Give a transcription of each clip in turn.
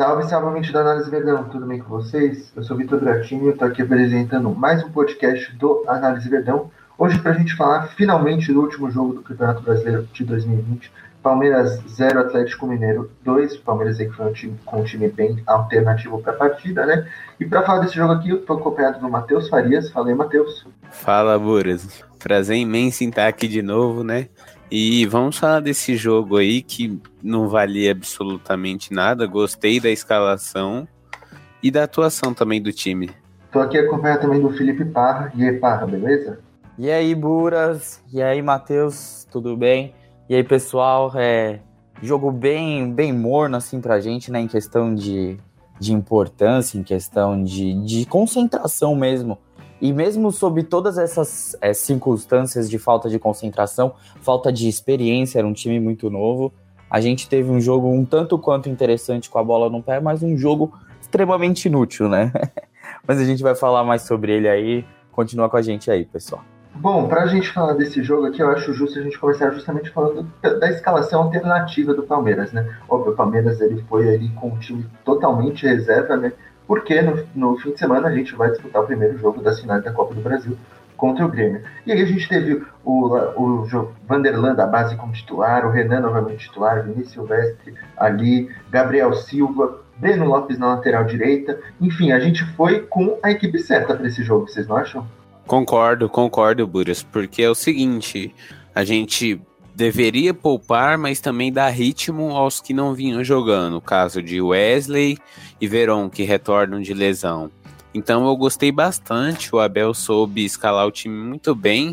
Salve, salve, mente da Análise Verdão, tudo bem com vocês? Eu sou Vitor Bratini e estou aqui apresentando mais um podcast do Análise Verdão. Hoje para a gente falar finalmente do último jogo do Campeonato Brasileiro de 2020. Palmeiras 0, Atlético Mineiro 2. Palmeiras aí que foi com um time bem alternativo para a partida, né? E para falar desse jogo aqui, eu estou acompanhado do Matheus Farias. Fala aí, Matheus. Fala, Buras. Prazer imenso em estar aqui de novo, né? E vamos falar desse jogo aí que não valia absolutamente nada. Gostei da escalação e da atuação também do time. Estou aqui acompanhado também do Felipe Parra. E aí, Parra, beleza? E aí, Buras? E aí, Matheus? Tudo bem? E aí, pessoal? Jogo bem morno assim pra gente, né? Em questão de importância, em questão de concentração mesmo. E mesmo sob todas essas circunstâncias de falta de concentração, falta de experiência, era um time muito novo, a gente teve um jogo um tanto quanto interessante com a bola no pé, mas um jogo extremamente inútil, né? Mas a gente vai falar mais sobre ele aí. Continua com a gente aí, pessoal. Bom, para a gente falar desse jogo aqui, eu acho justo a gente começar justamente falando da escalação alternativa do Palmeiras, né? Óbvio, o Palmeiras ele foi ali com um time totalmente reserva, né? Porque no fim de semana a gente vai disputar o primeiro jogo das finais da Copa do Brasil contra o Grêmio. E aí a gente teve o Vanderlan da base como titular, o Renan novamente titular, Vinícius Silvestre ali, Gabriel Silva, Breno Lopes na lateral direita. Enfim, a gente foi com a equipe certa para esse jogo, vocês não acham? Concordo, Buras, porque é o seguinte, a gente deveria poupar, mas também dar ritmo aos que não vinham jogando, o caso de Wesley e Veron, que retornam de lesão. Então eu gostei bastante, o Abel soube escalar o time muito bem,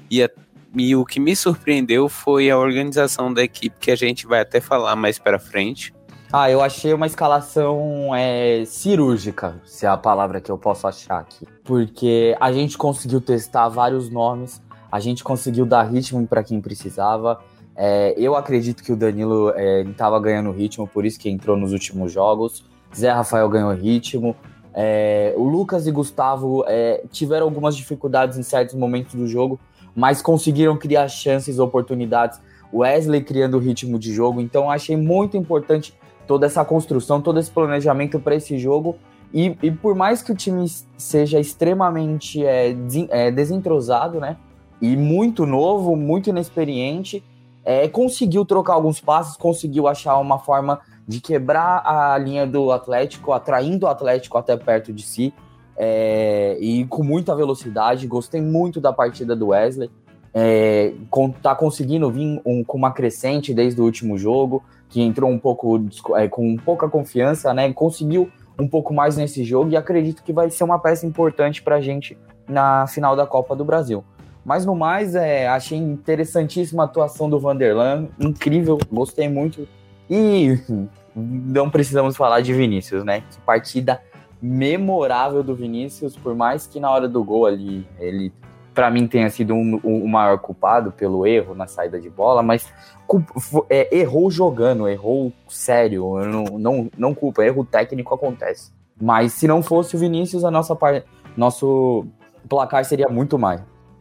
e o que me surpreendeu foi a organização da equipe, que a gente vai até falar mais para frente. Eu achei uma escalação cirúrgica, se é a palavra que eu posso achar aqui. Porque a gente conseguiu testar vários nomes, a gente conseguiu dar ritmo para quem precisava. Eu acredito que o Danilo estava ganhando ritmo, por isso que entrou nos últimos jogos. Zé Rafael ganhou ritmo. O Lucas e Gustavo tiveram algumas dificuldades em certos momentos do jogo, mas conseguiram criar chances, oportunidades. Wesley criando ritmo de jogo. Então achei muito importante toda essa construção, todo esse planejamento para esse jogo, e por mais que o time seja extremamente desentrosado, né, e muito novo, muito inexperiente, conseguiu trocar alguns passes, conseguiu achar uma forma de quebrar a linha do Atlético, atraindo o Atlético até perto de si, e com muita velocidade. Gostei muito da partida do Wesley, tá conseguindo vir com uma crescente desde o último jogo, que entrou um pouco com pouca confiança, né? Conseguiu um pouco mais nesse jogo e acredito que vai ser uma peça importante pra gente na final da Copa do Brasil. Mas no mais, achei interessantíssima a atuação do Vanderlan, incrível, gostei muito. E não precisamos falar de Vinícius, né? Que partida memorável do Vinícius, por mais que na hora do gol ali, ele, para mim, tenha sido o maior culpado pelo erro na saída de bola, mas errou jogando, errou sério, eu não culpa, erro técnico acontece. Mas se não fosse o Vinícius, nosso placar seria muito mais.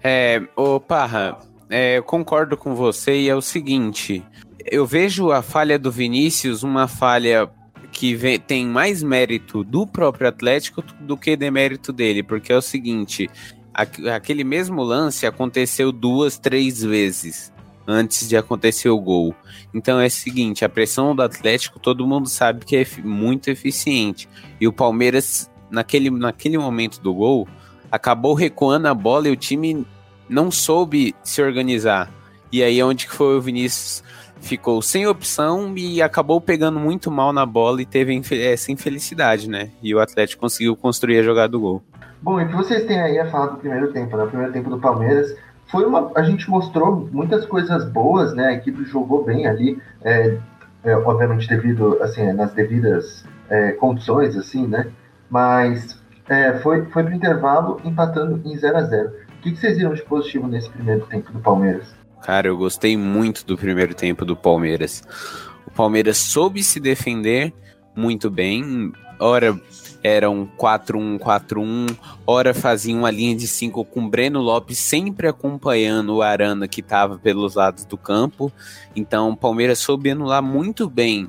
Parra, eu concordo com você, e é o seguinte, eu vejo a falha do Vinícius uma falha que tem mais mérito do próprio Atlético do que demérito dele, porque é o seguinte, aquele mesmo lance aconteceu 2-3 vezes antes de acontecer o gol. Então é o seguinte, a pressão do Atlético todo mundo sabe que é muito eficiente, e o Palmeiras naquele momento do gol acabou recuando a bola e o time não soube se organizar, e aí é onde que foi o Vinícius ficou sem opção e acabou pegando muito mal na bola e teve essa infelicidade, né? E o Atlético conseguiu construir a jogada do gol. Bom, e o que vocês têm aí a falar do primeiro tempo, né? O primeiro tempo do Palmeiras a gente mostrou muitas coisas boas, né? A equipe jogou bem ali, obviamente devido, assim, nas devidas condições, assim, né? Mas foi pro intervalo empatando em 0-0. O que vocês viram de positivo nesse primeiro tempo do Palmeiras? Cara, eu gostei muito do primeiro tempo do Palmeiras. O Palmeiras soube se defender muito bem. Ora era um 4-1, 4-1, ora fazia uma linha de 5 com Breno Lopes sempre acompanhando o Arana, que estava pelos lados do campo. Então o Palmeiras soube anular muito bem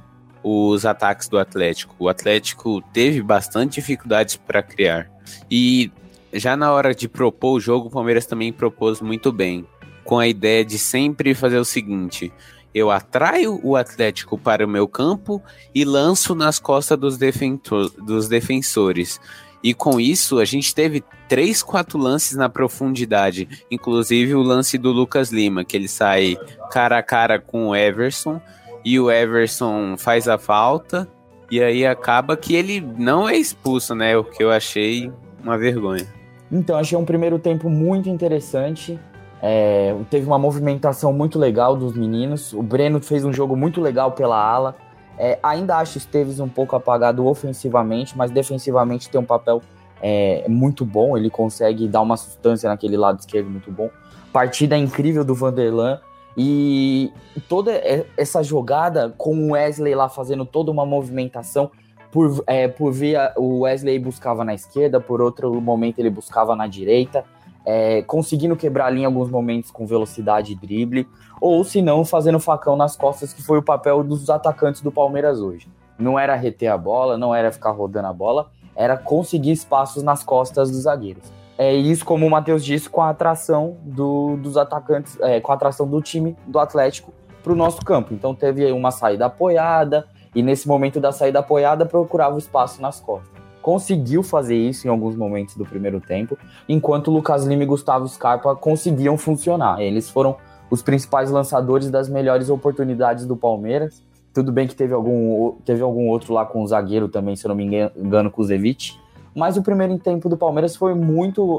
os ataques do Atlético. O Atlético teve bastante dificuldades para criar. E já na hora de propor o jogo, o Palmeiras também propôs muito bem, com a ideia de sempre fazer o seguinte: eu atraio o Atlético para o meu campo e lanço nas costas dos defensores. E com isso, a gente teve 3, 4 lances na profundidade, inclusive o lance do Lucas Lima, que ele sai cara a cara com o Everson, e o Everson faz a falta, e aí acaba que ele não é expulso, né? O que eu achei uma vergonha. Então, achei um primeiro tempo muito interessante. Teve uma movimentação muito legal dos meninos. O Breno fez um jogo muito legal pela ala. Ainda acho o Esteves um pouco apagado ofensivamente, mas defensivamente tem um papel muito bom. Ele consegue dar uma sustância naquele lado esquerdo muito bom. Partida incrível do Vanderlan. E toda essa jogada com o Wesley lá fazendo toda uma movimentação, por via o Wesley buscava na esquerda, por outro momento ele buscava na direita, conseguindo quebrar a linha em alguns momentos com velocidade e drible, ou se não, fazendo facão nas costas, que foi o papel dos atacantes do Palmeiras hoje. Não era reter a bola, não era ficar rodando a bola, era conseguir espaços nas costas dos zagueiros. Isso, como o Matheus disse, com a atração dos atacantes, com a atração do time do Atlético para o nosso campo. Então teve uma saída apoiada, e nesse momento da saída apoiada procurava o espaço nas costas. Conseguiu fazer isso em alguns momentos do primeiro tempo, enquanto Lucas Lima e Gustavo Scarpa conseguiam funcionar. Eles foram os principais lançadores das melhores oportunidades do Palmeiras. Tudo bem que teve algum outro lá com o zagueiro também, se eu não me engano, com o Zevic. Mas o primeiro tempo do Palmeiras foi muito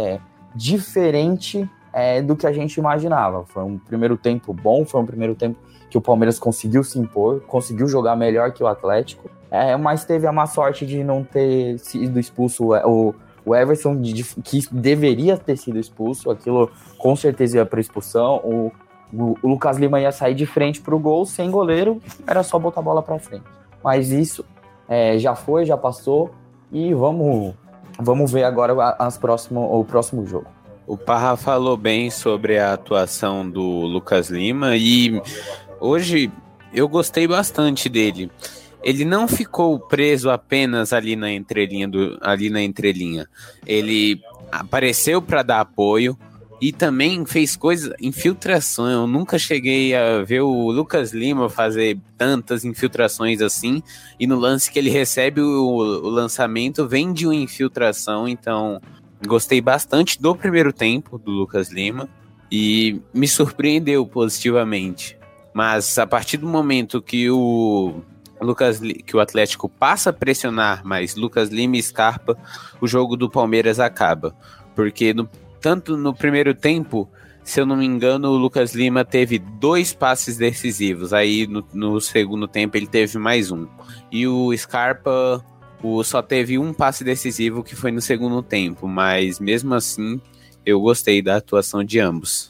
diferente do que a gente imaginava. Foi um primeiro tempo bom, foi um primeiro tempo que o Palmeiras conseguiu se impor, conseguiu jogar melhor que o Atlético, mas teve a má sorte de não ter sido expulso o Everson, que deveria ter sido expulso. Aquilo com certeza ia para expulsão. O Lucas Lima ia sair de frente para o gol, sem goleiro, era só botar a bola para frente. Mas isso já foi, já passou, e vamos ver agora o próximo jogo. O Parra falou bem sobre a atuação do Lucas Lima, e hoje eu gostei bastante dele. Ele não ficou preso apenas ali na entrelinha. Ele apareceu para dar apoio e também fez infiltração. Eu nunca cheguei a ver o Lucas Lima fazer tantas infiltrações assim. E no lance que ele recebe o lançamento, vem de uma infiltração. Então, gostei bastante do primeiro tempo do Lucas Lima e me surpreendeu positivamente. Mas a partir do momento que o Atlético passa a pressionar mais Lucas Lima e Scarpa, o jogo do Palmeiras acaba. Porque tanto no primeiro tempo, se eu não me engano, o Lucas Lima teve 2 passes decisivos. Aí no segundo tempo ele teve mais um. E o Scarpa só teve um passe decisivo, que foi no segundo tempo. Mas mesmo assim, eu gostei da atuação de ambos.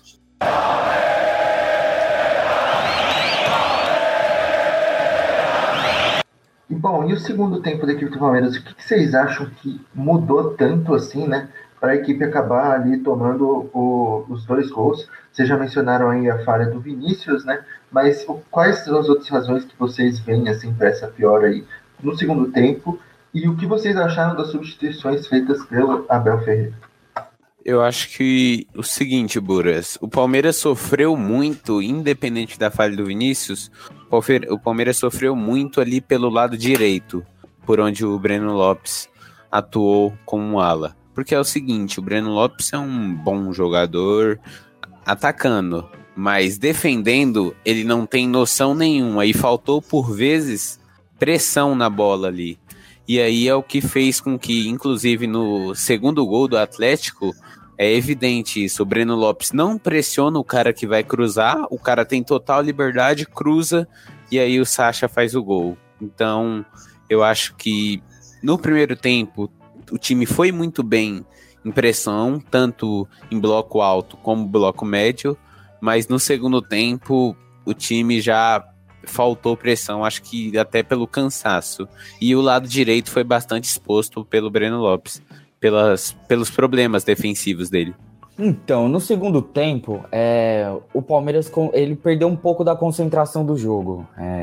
Bom, e o segundo tempo da equipe do Palmeiras, o que vocês acham que mudou tanto assim, né, para a equipe acabar ali tomando os 2 gols? Vocês já mencionaram aí a falha do Vinícius, né, mas quais são as outras razões que vocês veem assim para essa piora aí no segundo tempo? E o que vocês acharam das substituições feitas pelo Abel Ferreira? Eu acho que o seguinte, Buras, o Palmeiras sofreu muito, independente da falha do Vinícius, o Palmeiras sofreu muito ali pelo lado direito, por onde o Breno Lopes atuou como ala. Porque é o seguinte, o Breno Lopes é um bom jogador atacando, mas defendendo ele não tem noção nenhuma, e faltou por vezes pressão na bola ali. E aí é o que fez com que, inclusive no segundo gol do Atlético, é evidente isso. O Breno Lopes não pressiona o cara que vai cruzar, o cara tem total liberdade, cruza, e aí o Sacha faz o gol. Então, eu acho que no primeiro tempo o time foi muito bem em pressão, tanto em bloco alto como bloco médio, mas no segundo tempo o time já faltou pressão, acho que até pelo cansaço. E o lado direito foi bastante exposto pelo Breno Lopes, pelos problemas defensivos dele. Então, no segundo tempo, o Palmeiras ele perdeu um pouco da concentração do jogo.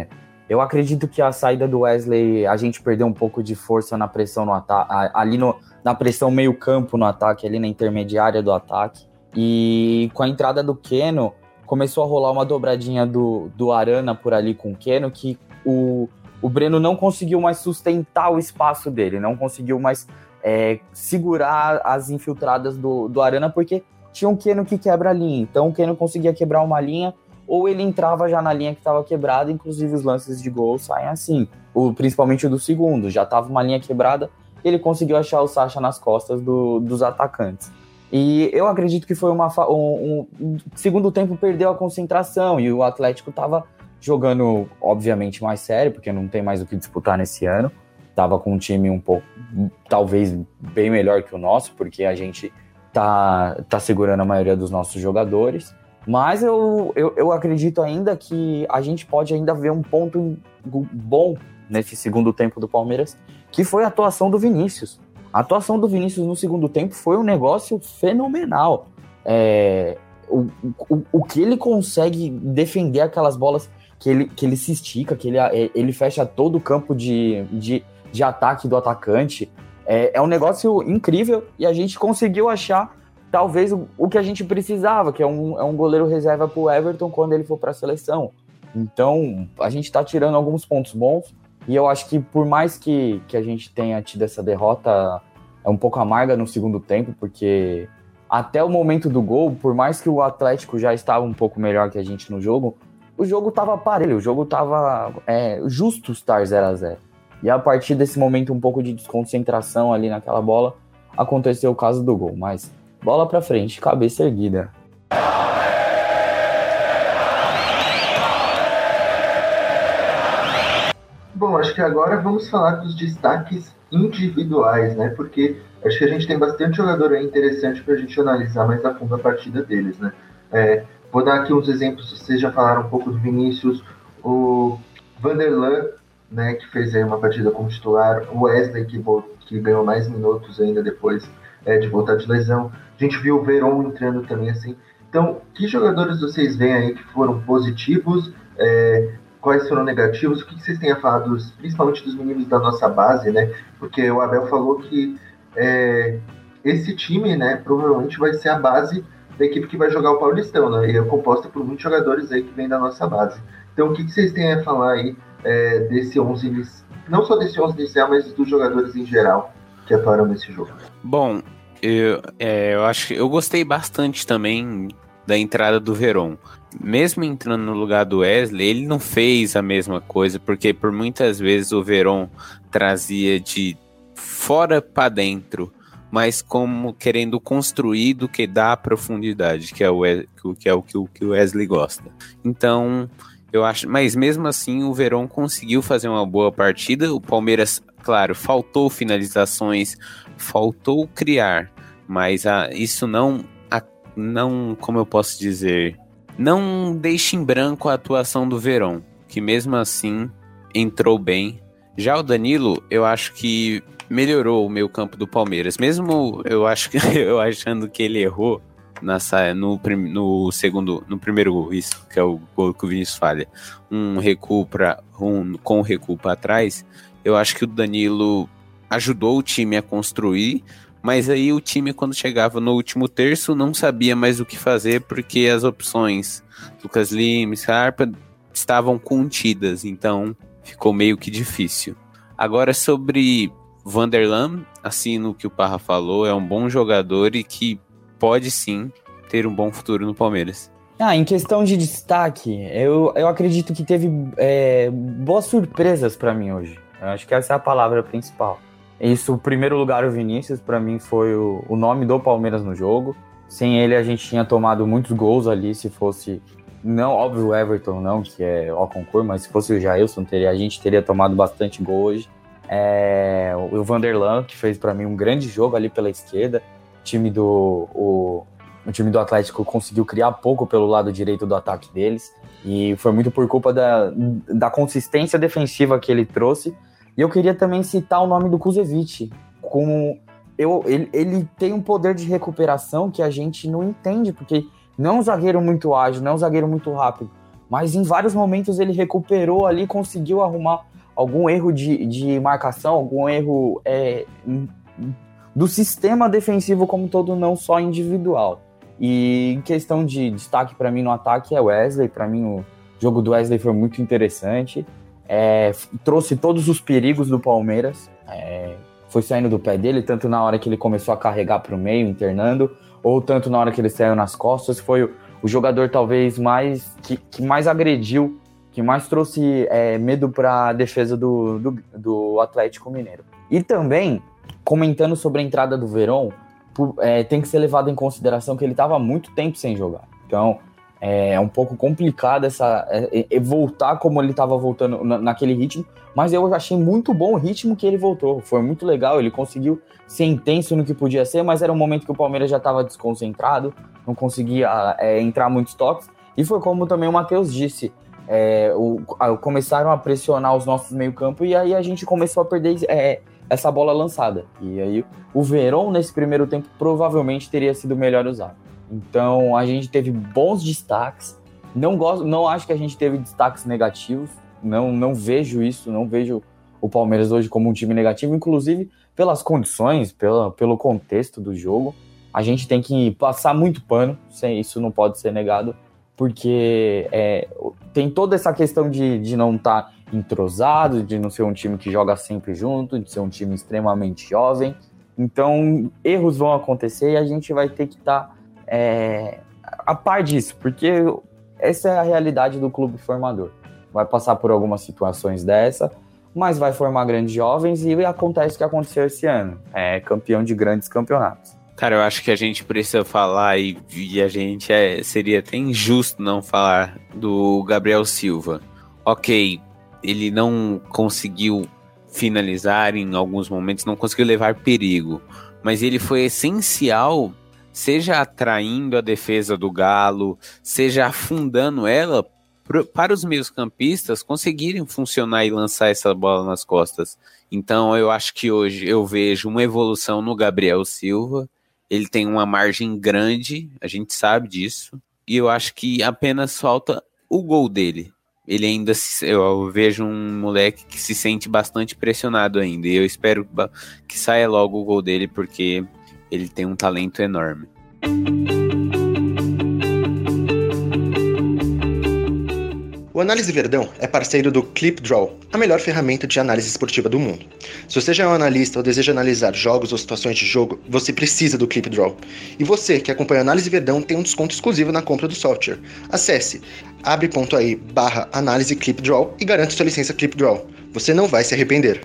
Eu acredito que a saída do Wesley, a gente perdeu um pouco de força na pressão no ataque, ali na pressão meio campo no ataque, ali na intermediária do ataque. E com a entrada do Keno, começou a rolar uma dobradinha do Arana por ali com o Keno, que o Breno não conseguiu mais sustentar o espaço dele, não conseguiu mais segurar as infiltradas do Arana, porque tinha um Keno que quebra a linha. Então o Keno conseguia quebrar uma linha, ou ele entrava já na linha que estava quebrada, inclusive os lances de gol saem assim. Principalmente o do segundo, já estava uma linha quebrada, ele conseguiu achar o Sacha nas costas dos atacantes. E eu acredito que foi segundo tempo perdeu a concentração, e o Atlético estava jogando, obviamente, mais sério, porque não tem mais o que disputar nesse ano. Estava com um time um pouco, talvez, bem melhor que o nosso, porque a gente tá segurando a maioria dos nossos jogadores. Mas eu acredito ainda que a gente pode ainda ver um ponto bom nesse segundo tempo do Palmeiras, que foi a atuação do Vinícius. A atuação do Vinícius no segundo tempo foi um negócio fenomenal. O que ele consegue defender aquelas bolas que ele se estica, que ele fecha todo o campo de ataque do atacante. É um negócio incrível, e a gente conseguiu achar talvez o que a gente precisava, que é um goleiro reserva para o Everton quando ele for para a seleção. Então, a gente está tirando alguns pontos bons, e eu acho que por mais que a gente tenha tido essa derrota um pouco amarga no segundo tempo, porque até o momento do gol, por mais que o Atlético já estava um pouco melhor que a gente no jogo, o jogo estava parelho, o jogo estava justo estar 0-0. E a partir desse momento um pouco de desconcentração ali naquela bola, aconteceu o caso do gol, mas bola pra frente, cabeça erguida. Bom, acho que agora vamos falar dos destaques individuais, né? Porque acho que a gente tem bastante jogador aí interessante para a gente analisar mais a fundo a partida deles, né? Vou dar aqui uns exemplos, vocês já falaram um pouco do Vinícius, o Vanderlan, né, que fez aí uma partida como titular, o Wesley, que ganhou mais minutos ainda depois de voltar de lesão. A gente viu o Veron entrando também, assim. Então, que jogadores vocês veem aí que foram positivos, quais foram negativos? O que vocês têm a falar, principalmente dos meninos da nossa base, né? Porque o Abel falou que esse time, né, provavelmente vai ser a base da equipe que vai jogar o Paulistão, né? E é composta por muitos jogadores aí que vêm da nossa base. Então, o que vocês têm a falar aí desse 11, não só desse 11 inicial, mas dos jogadores em geral que atuaram nesse jogo? Bom, eu acho que eu gostei bastante também da entrada do Veron. Mesmo entrando no lugar do Wesley, ele não fez a mesma coisa, porque por muitas vezes o Veron trazia de fora para dentro, mas como querendo construir do que dar profundidade, que é o que o Wesley gosta. Então, eu acho, mas mesmo assim o Veron conseguiu fazer uma boa partida. O Palmeiras, claro, faltou finalizações, faltou criar, mas isso não, como eu posso dizer, não deixa em branco a atuação do Veron, que mesmo assim entrou bem. Já o Danilo, eu acho que melhorou o meio campo do Palmeiras, mesmo eu achando que ele errou no primeiro gol, isso que é o gol que o Vinícius falha, com o recuo para trás. Eu acho que o Danilo ajudou o time a construir, mas aí o time, quando chegava no último terço, não sabia mais o que fazer, porque as opções Lucas Lima e Scarpa estavam contidas, então ficou meio que difícil. Agora, sobre Vanderlan, assim, no que o Parra falou, é um bom jogador e que pode sim ter um bom futuro no Palmeiras. Em questão de destaque, eu acredito que teve boas surpresas para mim hoje. Eu acho que essa é a palavra principal. Isso, o primeiro lugar, o Vinícius, para mim foi o nome do Palmeiras no jogo. Sem ele, a gente tinha tomado muitos gols ali. Se fosse, não, óbvio, o Everton não, que é ao concurso, mas se fosse o Jailson, a gente teria tomado bastante gol hoje. O Vanderlan, que fez para mim um grande jogo ali pela esquerda. O time do Atlético conseguiu criar pouco pelo lado direito do ataque deles, e foi muito por culpa da consistência defensiva que ele trouxe. E eu queria também citar o nome do Kuzevic. Ele tem um poder de recuperação que a gente não entende, porque não é um zagueiro muito ágil, não é um zagueiro muito rápido, mas em vários momentos ele recuperou ali, conseguiu arrumar algum erro de marcação, algum erro do sistema defensivo como todo, não só individual. E em questão de destaque para mim no ataque é Wesley. Para mim o jogo do Wesley foi muito interessante, trouxe todos os perigos do Palmeiras, foi saindo do pé dele, tanto na hora que ele começou a carregar para o meio, internando, ou tanto na hora que ele saiu nas costas. Foi o jogador talvez que mais agrediu, que mais trouxe medo para a defesa do Atlético Mineiro. E também, comentando sobre a entrada do Verón, tem que ser levado em consideração que ele estava há muito tempo sem jogar. Então, é um pouco complicado voltar como ele estava voltando naquele ritmo, mas eu achei muito bom o ritmo que ele voltou. Foi muito legal, ele conseguiu ser intenso no que podia ser, mas era um momento que o Palmeiras já estava desconcentrado, não conseguia entrar muitos toques, e foi como também o Matheus disse, começaram a pressionar os nossos meio-campo, e aí a gente começou a perder essa bola lançada. E aí o Verón, nesse primeiro tempo, provavelmente teria sido melhor usado. Então a gente teve bons destaques. Não acho que a gente teve destaques negativos. Não vejo isso. Não vejo o Palmeiras hoje como um time negativo. Inclusive pelas condições, pelo contexto do jogo. A gente tem que passar muito pano. Isso não pode ser negado. Porque tem toda essa questão de não estar entrosado, de não ser um time que joga sempre junto, de ser um time extremamente jovem. Então erros vão acontecer e a gente vai ter que estar a par disso, porque essa é a realidade do clube formador. Vai passar por algumas situações dessa, mas vai formar grandes jovens, e acontece o que aconteceu esse ano. É campeão de grandes campeonatos. Cara, eu acho que a gente precisa falar, e a gente seria até injusto não falar do Gabriel Silva. Ok, ele não conseguiu finalizar em alguns momentos, não conseguiu levar perigo, mas ele foi essencial, seja atraindo a defesa do Galo, seja afundando ela, para os meios-campistas conseguirem funcionar e lançar essa bola nas costas. Então eu acho que hoje eu vejo uma evolução no Gabriel Silva. Ele tem uma margem grande, a gente sabe disso, e eu acho que apenas falta o gol dele. Ele ainda, eu vejo um moleque que se sente bastante pressionado ainda, e eu espero que saia logo o gol dele, porque ele tem um talento enorme. O Análise Verdão é parceiro do ClipDraw, a melhor ferramenta de análise esportiva do mundo. Se você já é um analista ou deseja analisar jogos ou situações de jogo, você precisa do ClipDraw. E você que acompanha o Análise Verdão tem um desconto exclusivo na compra do software. Acesse abre.ai/análise ClipDraw e garanta sua licença ClipDraw. Você não vai se arrepender.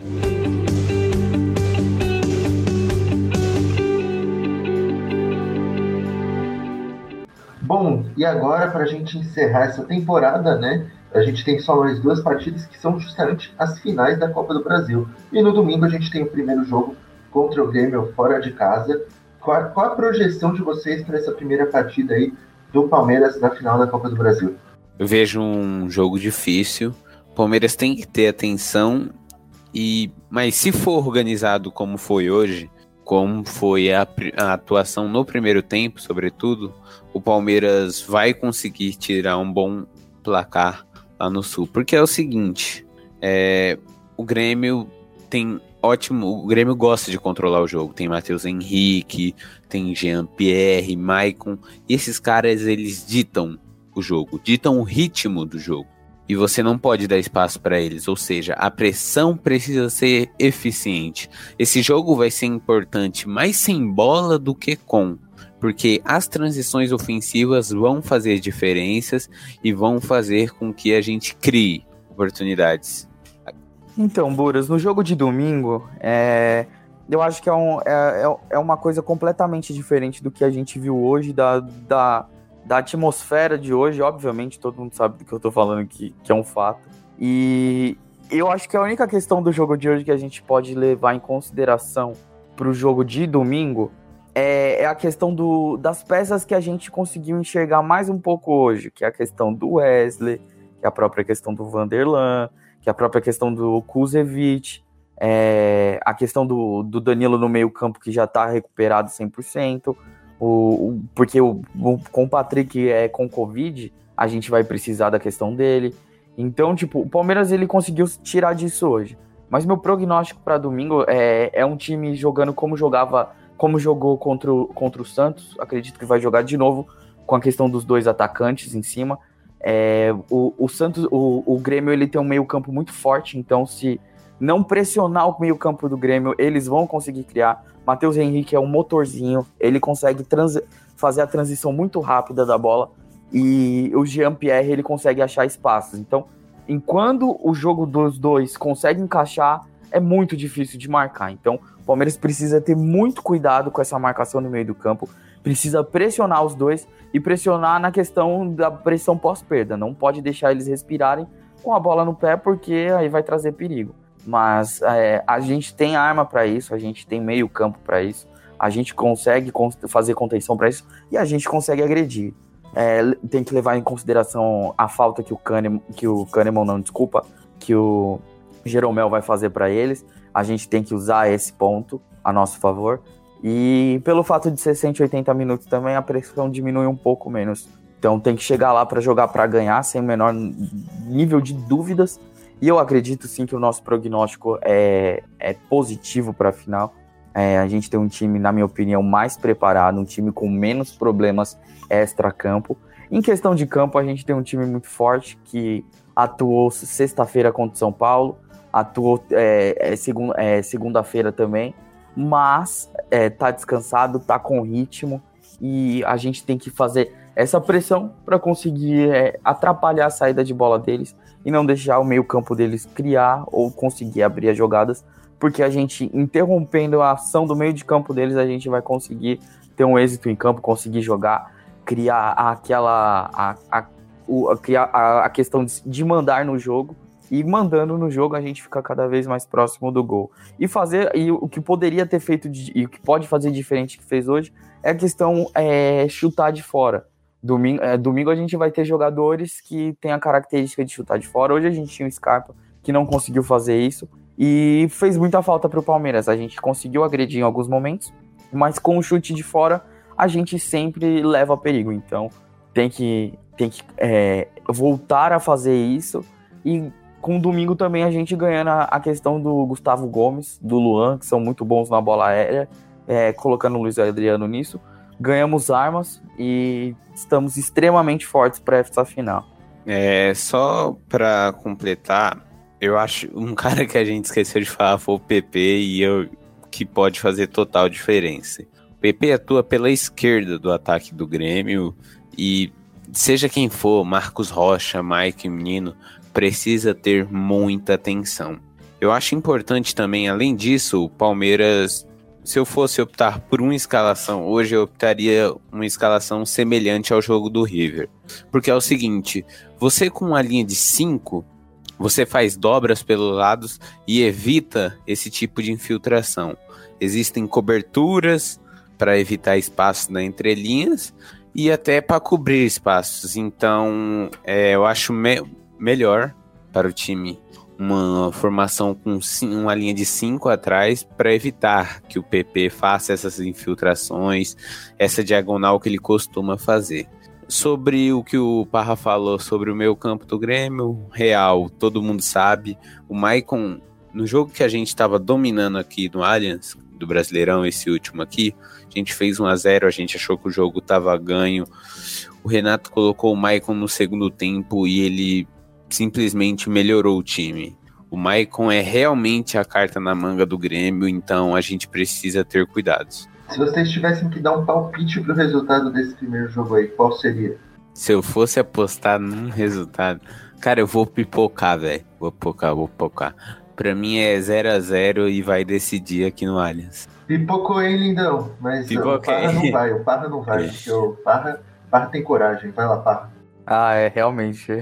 Bom, e agora, para a gente encerrar essa temporada, né? A gente tem só mais 2 partidas que são justamente as finais da Copa do Brasil. E no domingo a gente tem o primeiro jogo contra o Grêmio fora de casa. Qual a projeção de vocês para essa primeira partida aí do Palmeiras na final da Copa do Brasil? Eu vejo um jogo difícil. O Palmeiras tem que ter atenção, mas se for organizado como foi hoje, como foi a atuação no primeiro tempo, sobretudo, o Palmeiras vai conseguir tirar um bom placar lá no Sul. Porque é o seguinte, o Grêmio o Grêmio gosta de controlar o jogo. Tem Matheus Henrique, tem Jean-Pierre, Maicon, e esses caras, eles ditam o jogo, ditam o ritmo do jogo. E você não pode dar espaço para eles, ou seja, a pressão precisa ser eficiente. Esse jogo vai ser importante mais sem bola do que com, porque as transições ofensivas vão fazer diferenças e vão fazer com que a gente crie oportunidades. Então, Buras, no jogo de domingo, eu acho que é uma coisa completamente diferente do que a gente viu hoje, da atmosfera de hoje. Obviamente, todo mundo sabe do que eu tô falando aqui, que é um fato. E eu acho que a única questão do jogo de hoje que a gente pode levar em consideração pro jogo de domingo é a questão das peças que a gente conseguiu enxergar mais um pouco hoje, que é a questão do Wesley, que é a própria questão do Vanderlan, que é a própria questão do Kusevich, a questão do Danilo no meio campo, que já tá recuperado 100%, porque com o Patrick com Covid, a gente vai precisar da questão dele. Então, tipo, o Palmeiras ele conseguiu tirar disso hoje. Mas meu prognóstico para domingo é um time jogando como jogou contra o Santos. Acredito que vai jogar de novo com a questão dos dois atacantes em cima. O Santos, o Grêmio, ele tem um meio campo muito forte, então se não pressionar o meio campo do Grêmio, eles vão conseguir criar. Matheus Henrique é um motorzinho, ele consegue fazer a transição muito rápida da bola, e o Jean-Pierre, ele consegue achar espaços. Então, enquanto o jogo dos dois consegue encaixar, é muito difícil de marcar. Então, o Palmeiras precisa ter muito cuidado com essa marcação no meio do campo, precisa pressionar os dois e pressionar na questão da pressão pós-perda. Não pode deixar eles respirarem com a bola no pé, porque aí vai trazer perigo. Mas a gente tem arma para isso, a gente tem meio campo para isso, a gente consegue fazer contenção para isso e a gente consegue agredir. Tem que levar em consideração a falta que o Jeromel vai fazer para eles. A gente tem que usar esse ponto a nosso favor. E pelo fato de ser 180 minutos também, a pressão diminui um pouco menos. Então tem que chegar lá para jogar para ganhar, sem o menor nível de dúvidas. E eu acredito sim que o nosso prognóstico é positivo para a final. A gente tem um time, na minha opinião, mais preparado, um time com menos problemas extra-campo. Em questão de campo, a gente tem um time muito forte que atuou sexta-feira contra o São Paulo, atuou segunda-feira também, mas tá descansado, tá com ritmo, e a gente tem que fazer essa pressão para conseguir atrapalhar a saída de bola deles e não deixar o meio-campo deles criar ou conseguir abrir as jogadas, porque a gente, interrompendo a ação do meio de campo deles, a gente vai conseguir ter um êxito em campo, conseguir jogar, criar a questão de mandar no jogo, e mandando no jogo a gente fica cada vez mais próximo do gol. E o que poderia ter feito, e o que pode fazer diferente que fez hoje, é a questão chutar de fora. Domingo a gente vai ter jogadores que têm a característica de chutar de fora. Hoje a gente tinha o Scarpa, que não conseguiu fazer isso, e fez muita falta para o Palmeiras. A gente conseguiu agredir em alguns momentos, mas com o chute de fora a gente sempre leva perigo. Então tem que voltar a fazer isso, e com o domingo também a gente ganhando a questão do Gustavo Gomes, do Luan, que são muito bons na bola aérea, colocando o Luiz Adriano nisso. Ganhamos armas e estamos extremamente fortes para essa final. Só para completar, eu acho um cara que a gente esqueceu de falar foi o PP, que pode fazer total diferença. O PP atua pela esquerda do ataque do Grêmio, e seja quem for, Marcos Rocha, Mike, Menino, precisa ter muita atenção. Eu acho importante também, além disso, o Palmeiras, se eu fosse optar por uma escalação, hoje eu optaria uma escalação semelhante ao jogo do River. Porque é o seguinte, você com uma linha de 5, você faz dobras pelos lados e evita esse tipo de infiltração. Existem coberturas para evitar espaços na entrelinhas e até para cobrir espaços. Então, eu acho melhor para o time uma formação com uma linha de 5 atrás, para evitar que o PP faça essas infiltrações, essa diagonal que ele costuma fazer. Sobre o que o Parra falou sobre o meio campo do Grêmio, real, todo mundo sabe. O Maicon, no jogo que a gente estava dominando aqui no Allianz, do Brasileirão, esse último aqui, a gente fez 1-0, a gente achou que o jogo estava ganho. O Renato colocou o Maicon no segundo tempo e ele simplesmente melhorou o time. O Maicon é realmente a carta na manga do Grêmio, então a gente precisa ter cuidados. Se vocês tivessem que dar um palpite pro resultado desse primeiro jogo aí, qual seria? Se eu fosse apostar num resultado, cara, eu vou pipocar, velho. Vou pipocar. Pra mim é 0-0 e vai decidir aqui no Allianz. Pipocou, hein, lindão? Mas o Parra não vai, porque o Parra tem coragem. Vai lá, Parra. Realmente.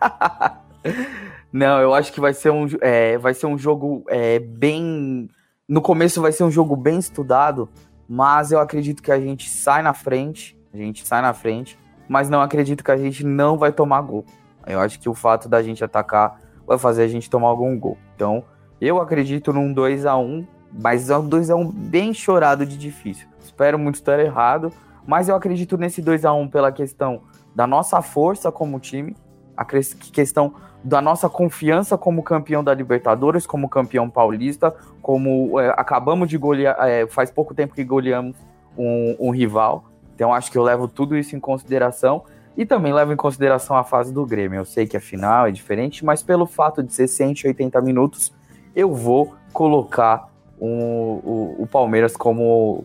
Não, eu acho que vai ser um jogo bem... No começo vai ser um jogo bem estudado, mas eu acredito que a gente sai na frente, mas não acredito que a gente não vai tomar gol. Eu acho que o fato da gente atacar vai fazer a gente tomar algum gol. Então, eu acredito num 2-1, mas é um 2-1 bem chorado de difícil. Espero muito estar errado, Mas eu acredito nesse 2-1 pela questão da nossa força como time, a questão da nossa confiança como campeão da Libertadores, como campeão paulista, como acabamos de golear, faz pouco tempo que goleamos um rival. Então acho que eu levo tudo isso em consideração e também levo em consideração a fase do Grêmio. Eu sei que a final é diferente, mas pelo fato de ser 180 minutos, eu vou colocar o Palmeiras como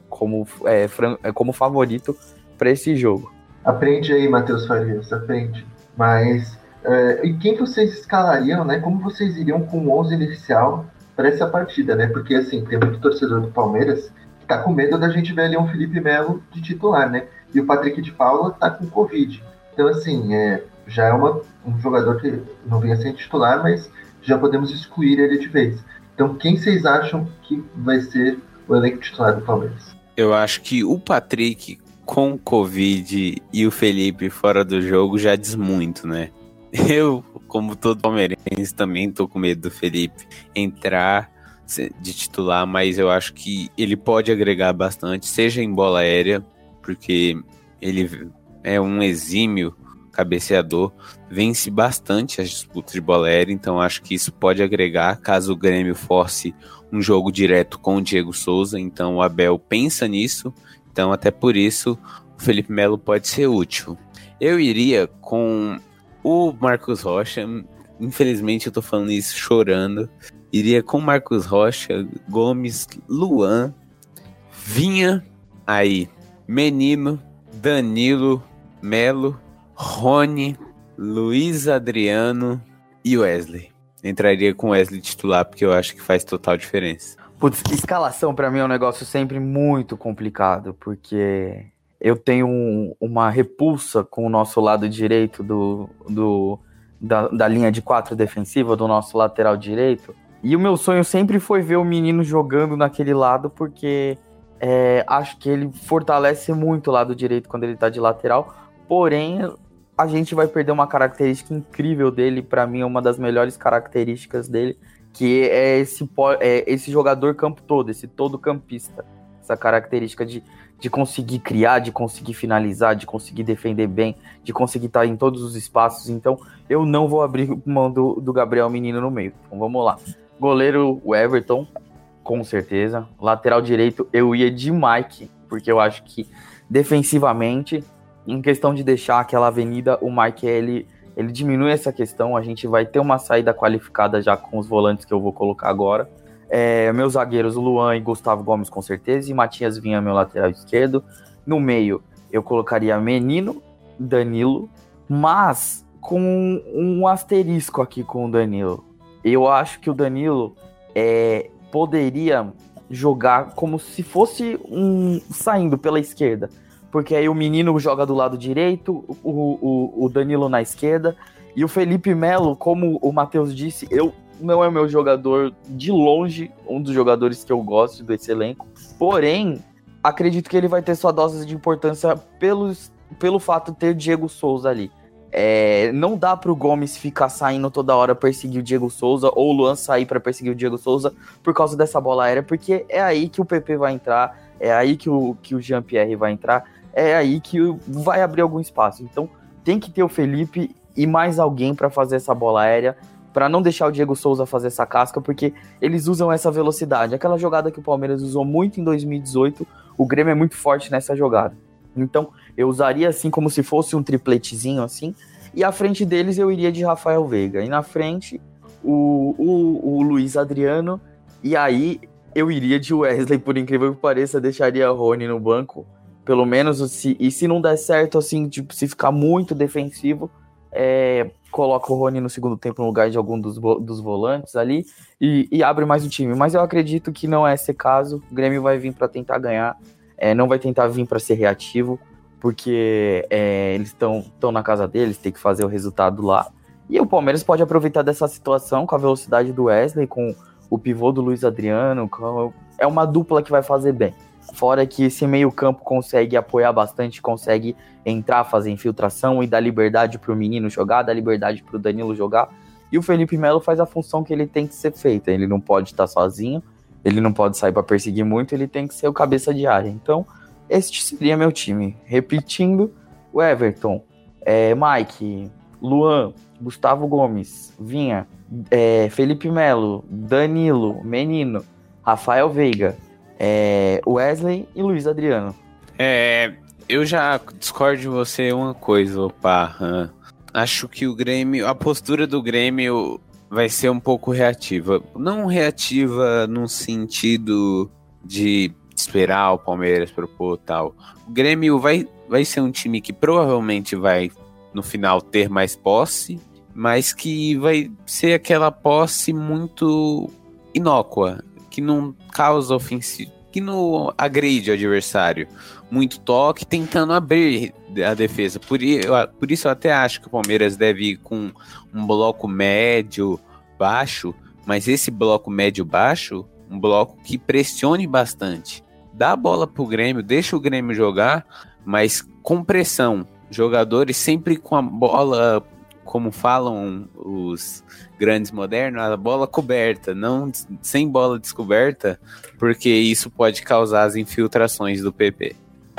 favorito para esse jogo. Aprende aí, Matheus Farias, aprende. Mas, e quem vocês escalariam, né? Como vocês iriam com o 11 inicial para essa partida, né? Porque, assim, tem muito torcedor do Palmeiras que tá com medo da gente ver ali um Felipe Melo de titular, né? E o Patrick de Paula tá com Covid. Então, assim, já é um jogador que não vinha sendo titular, mas já podemos excluir ele de vez. Então, quem vocês acham que vai ser o elenco titular do Palmeiras? Eu acho que o Patrick com Covid e o Felipe fora do jogo já diz muito, né? Eu, como todo palmeirense, também tô com medo do Felipe entrar de titular, mas eu acho que ele pode agregar bastante, seja em bola aérea, porque ele é um exímio cabeceador, vence bastante as disputas de bola aérea, então acho que isso pode agregar caso o Grêmio force um jogo direto com o Diego Souza. Então o Abel pensa nisso, então até por isso o Felipe Melo pode ser útil. Eu iria com o Marcos Rocha, infelizmente eu tô falando isso chorando, iria com Marcos Rocha, Gomes, Luan, Vinha, aí Menino, Danilo, Melo, Rony, Luiz Adriano e Wesley. Entraria com Wesley titular porque eu acho que faz total diferença. Putz, escalação pra mim é um negócio sempre muito complicado, porque eu tenho uma repulsa com o nosso lado direito da linha de 4 defensiva, do nosso lateral direito. E o meu sonho sempre foi ver o menino jogando naquele lado, porque acho que ele fortalece muito o lado direito quando ele tá de lateral. Porém, a gente vai perder uma característica incrível dele, pra mim é uma das melhores características dele, que é esse jogador campo todo, esse todo campista. Essa característica de conseguir criar, de conseguir finalizar, de conseguir defender bem, de conseguir estar em todos os espaços. Então, eu não vou abrir mão do Gabriel Menino no meio. Então, vamos lá. Goleiro, o Everton, com certeza. Lateral direito, eu ia de Mike, porque eu acho que defensivamente, em questão de deixar aquela avenida, o Mike, ele diminui essa questão. A gente vai ter uma saída qualificada já com os volantes que eu vou colocar agora. Meus zagueiros, Luan e Gustavo Gomes, com certeza, e Matias Vinha, meu lateral esquerdo. No meio, eu colocaria Menino, Danilo, mas com um asterisco aqui com o Danilo. Eu acho que o Danilo poderia jogar como se fosse saindo pela esquerda, porque aí o Menino joga do lado direito, o Danilo na esquerda, e o Felipe Melo, como o Matheus disse, não é o meu jogador de longe, um dos jogadores que eu gosto desse elenco, porém, acredito que ele vai ter sua dose de importância pelo fato de ter Diego Souza ali. Não dá pro Gomes ficar saindo toda hora perseguir o Diego Souza, ou o Luan sair para perseguir o Diego Souza por causa dessa bola aérea, porque é aí que o PP vai entrar, é aí que o Jean-Pierre vai entrar, é aí que vai abrir algum espaço. Então tem que ter o Felipe e mais alguém para fazer essa bola aérea, para não deixar o Diego Souza fazer essa casca, porque eles usam essa velocidade. Aquela jogada que o Palmeiras usou muito em 2018, o Grêmio é muito forte nessa jogada. Então eu usaria assim como se fosse um tripletezinho assim, e à frente deles eu iria de Rafael Veiga, e na frente o Luiz Adriano, e aí eu iria de Wesley, por incrível que pareça, deixaria Rony no banco, pelo menos, se não der certo, assim, tipo, se ficar muito defensivo, coloca o Rony no segundo tempo no lugar de algum dos volantes ali e abre mais o time. Mas eu acredito que não é esse caso. O Grêmio vai vir para tentar ganhar, não vai tentar vir para ser reativo, porque eles estão na casa deles, tem que fazer o resultado lá. E o Palmeiras pode aproveitar dessa situação com a velocidade do Wesley, com o pivô do Luiz Adriano. É uma dupla que vai fazer bem. Fora que esse meio campo consegue apoiar bastante, consegue entrar, fazer infiltração e dar liberdade pro menino jogar, dar liberdade pro Danilo jogar. E o Felipe Melo faz a função que ele tem que ser feita. Ele não pode estar sozinho, ele não pode sair para perseguir muito, ele tem que ser o cabeça de área. Então, este seria meu time. Repetindo, o Everton, Mike, Luan, Gustavo Gomes, Vinha, Felipe Melo, Danilo, Menino, Rafael Veiga, Wesley e Luiz Adriano. Eu já discordo de você uma coisa, opa. Acho que o Grêmio, a postura do Grêmio vai ser um pouco reativa. Não reativa no sentido de esperar o Palmeiras propor tal. O Grêmio vai ser um time que provavelmente vai, no final, ter mais posse, mas que vai ser aquela posse muito inócua, que não causa ofensivo, que não agride o adversário. Muito toque, tentando abrir a defesa. Por isso eu até acho que o Palmeiras deve ir com um bloco médio, baixo, mas esse bloco médio-baixo, um bloco que pressione bastante. Dá a bola pro Grêmio, deixa o Grêmio jogar, mas com pressão. Jogadores sempre com a bola, como falam os grandes modernos, a bola coberta, não sem bola descoberta, porque isso pode causar as infiltrações do PP.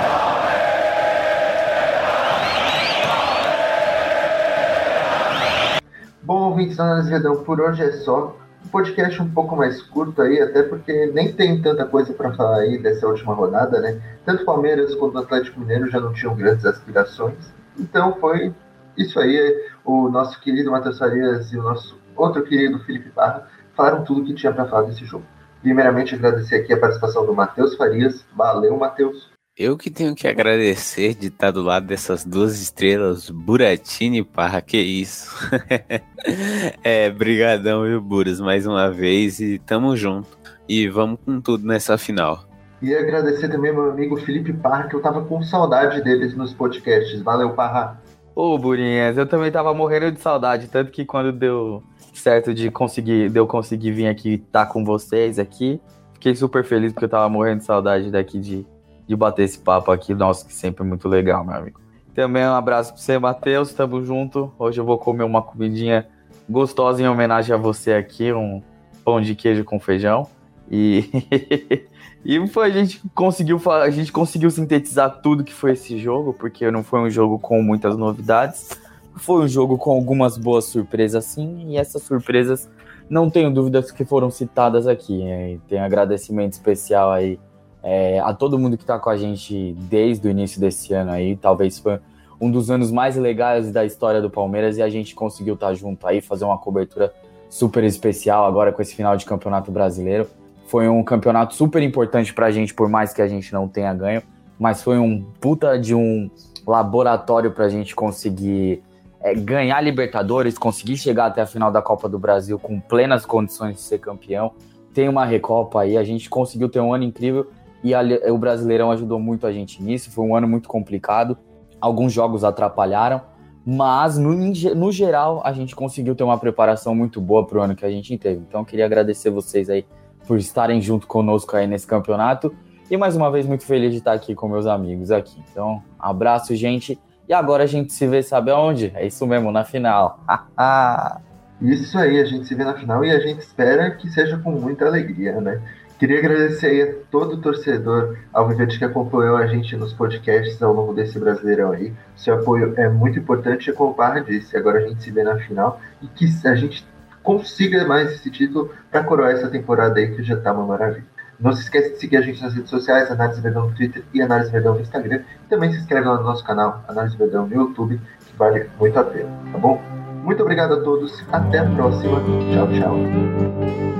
Bom, ouvintes da Análise Verdão, por hoje é só. Um podcast um pouco mais curto aí, até porque nem tem tanta coisa para falar aí dessa última rodada, né? Tanto o Palmeiras quanto o Atlético Mineiro já não tinham grandes aspirações. Então foi isso aí. O nosso querido Matheus Farias e o nosso outro querido Felipe Parra falaram tudo que tinha para falar desse jogo. Primeiramente, agradecer aqui a participação do Matheus Farias. Valeu, Matheus. Eu que tenho que agradecer de estar do lado dessas duas estrelas, Buratini e Parra, que isso. Brigadão, viu, Buras, mais uma vez, e tamo junto. E vamos com tudo nessa final. E agradecer também meu amigo Felipe Parra, que eu tava com saudade deles nos podcasts. Valeu, Parra. Ô, Burinhas, eu também tava morrendo de saudade, tanto que quando deu certo de eu conseguir vir aqui estar com vocês aqui, fiquei super feliz porque eu tava morrendo de saudade daqui de bater esse papo aqui, nossa, que sempre é muito legal, meu amigo. Também um abraço pra você, Matheus, tamo junto. Hoje eu vou comer uma comidinha gostosa em homenagem a você aqui, um pão de queijo com feijão. E a gente conseguiu sintetizar tudo que foi esse jogo, porque não foi um jogo com muitas novidades, foi um jogo com algumas boas surpresas sim, e essas surpresas não tenho dúvidas que foram citadas aqui. Tem um agradecimento especial aí a todo mundo que está com a gente desde o início desse ano aí. Talvez foi um dos anos mais legais da história do Palmeiras e a gente conseguiu estar junto aí, fazer uma cobertura super especial agora com esse final de Campeonato Brasileiro. Foi um campeonato super importante pra gente, por mais que a gente não tenha ganho, mas foi um puta de um laboratório pra gente conseguir ganhar Libertadores, conseguir chegar até a final da Copa do Brasil com plenas condições de ser campeão. Tem uma Recopa aí, a gente conseguiu ter um ano incrível e o Brasileirão ajudou muito a gente nisso. Foi um ano muito complicado, alguns jogos atrapalharam, mas no geral a gente conseguiu ter uma preparação muito boa pro ano que a gente teve. Então eu queria agradecer vocês aí por estarem junto conosco aí nesse campeonato. E mais uma vez muito feliz de estar aqui com meus amigos aqui. Então, abraço, gente. E agora a gente se vê, sabe aonde? É isso mesmo, na final. Isso aí, a gente se vê na final e a gente espera que seja com muita alegria, né? Queria agradecer aí a todo o torcedor alviverde que acompanhou a gente nos podcasts ao longo desse Brasileirão aí. Seu apoio é muito importante, como o Parra disse. Agora a gente se vê na final e que a gente consiga mais esse título para coroar essa temporada aí que já tá uma maravilha. Não se esqueça de seguir a gente nas redes sociais, Análise Verdão no Twitter e Análise Verdão no Instagram. E também se inscreve lá no nosso canal, Análise Verdão no YouTube, que vale muito a pena, tá bom? Muito obrigado a todos, até a próxima. Tchau, tchau.